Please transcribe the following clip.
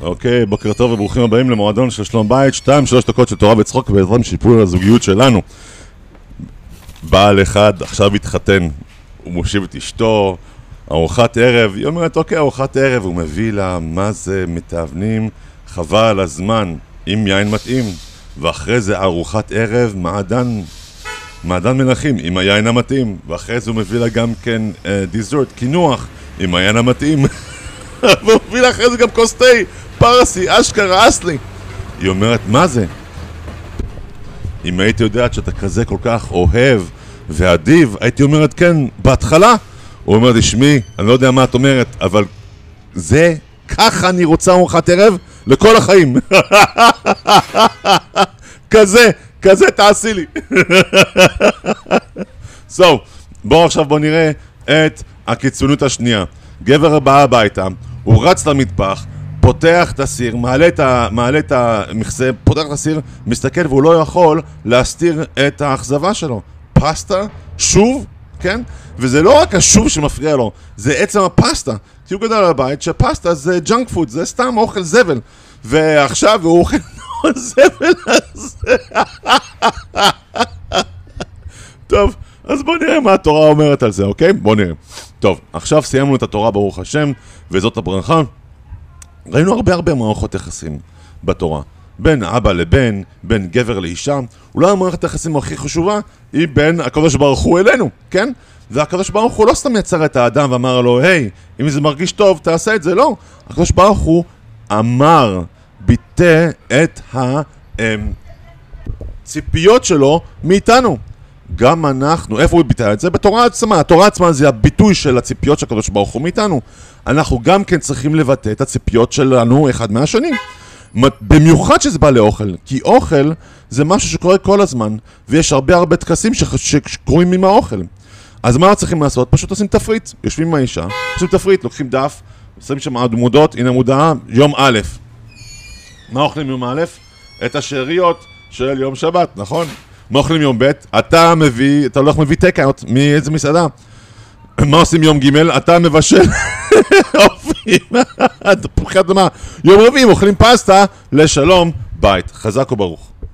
אוקיי, בוקר טוב וברוכים הבאים למועדון של שלום בית, 2-3 דקות של תורה וצחוק בעזרת שיפור הזוגיות שלנו. בעל אחד עכשיו התחתן, הוא מושיב את אשתו, ארוחת ערב, היא אומרת אוקיי, ארוחת ערב, הוא מביא לה, מה זה, מתאבנים, חבל על הזמן, עם יין מתאים, ואחרי זה ארוחת ערב, מעדן מלכים עם היין המתאים, ואחרי זה הוא מביא לה גם כן דיזרט, קינוח עם היין המתאים, והוא מביא לה אחרי זה גם כוס תה, פרסי, אשכרה, אסלי. היא אומרת, מה זה? אם הייתי יודעת שאתה כזה כל כך אוהב ואדיב, הייתי אומרת כן, בהתחלה. הוא אומר, תשמעי, אני לא יודע מה את אומרת, אבל זה, ככה אני רוצה ארוחת ערב לכל החיים. כזה תעשי לי. בוא נראה את הקיצוניות השנייה. גבר בא הביתה, הוא רץ למטבח, פותח את הסיר, מעלה את המכסה, פותח את הסיר, מסתכל והוא לא יכול להסתיר את האכזבה שלו. פסטה, שוב, כן? וזה לא רק השוב שמפריע לו, זה עצם הפסטה. כי הוא גדל על הבית שפסטה זה ג'אנק פוד, זה סתם אוכל זבל. ועכשיו הוא אוכל זבל הזה. טוב, אז בוא נראה מה התורה אומרת על זה, אוקיי? בוא נראה. טוב, עכשיו סיימנו את התורה ברוך השם, וזאת הברכה. ראינו הרבה מערכות יחסים בתורה. בין אבא לבן, בין גבר לאישה. אולי המערכת היחסים הכי חשובה היא בין הקדוש ברוך הוא אלינו, כן? והקדוש ברוך הוא לא סתם יצר את האדם ואמר לו, היי, אם זה מרגיש טוב, תעשה את זה. לא. הקדוש ברוך הוא אמר, ביטא את הציפיות שלו מאיתנו. גם אנחנו, איפה הוא ביטא את זה? בתורה עצמה. התורה עצמה זה הביטוי של הציפיות של הקדוש ברוך הוא מאיתנו. אנחנו גם כן צריכים לבטא את הציפיות שלנו אחד מהשני. במיוחד שזה בא לאוכל, כי אוכל זה משהו שקורה כל הזמן, ויש הרבה טקסים שקורים עם האוכל. אז מה צריכים לעשות? פשוט עושים תפריט. יושבים עם האישה, עושים תפריט, לוקחים דף, עושים שם עמודות, הנה מודעה, יום א'. מה אוכלים יום א'? את השאריות של יום שבת, נכון? מה אוכלים יום ב'? אתה הולך מביא טייק-אאוט מאיזה מסעדה. מה עושים יום ג'? אתה מבשל יום רביעי אוכלים פסטה לשלום בית. חזק וברוך.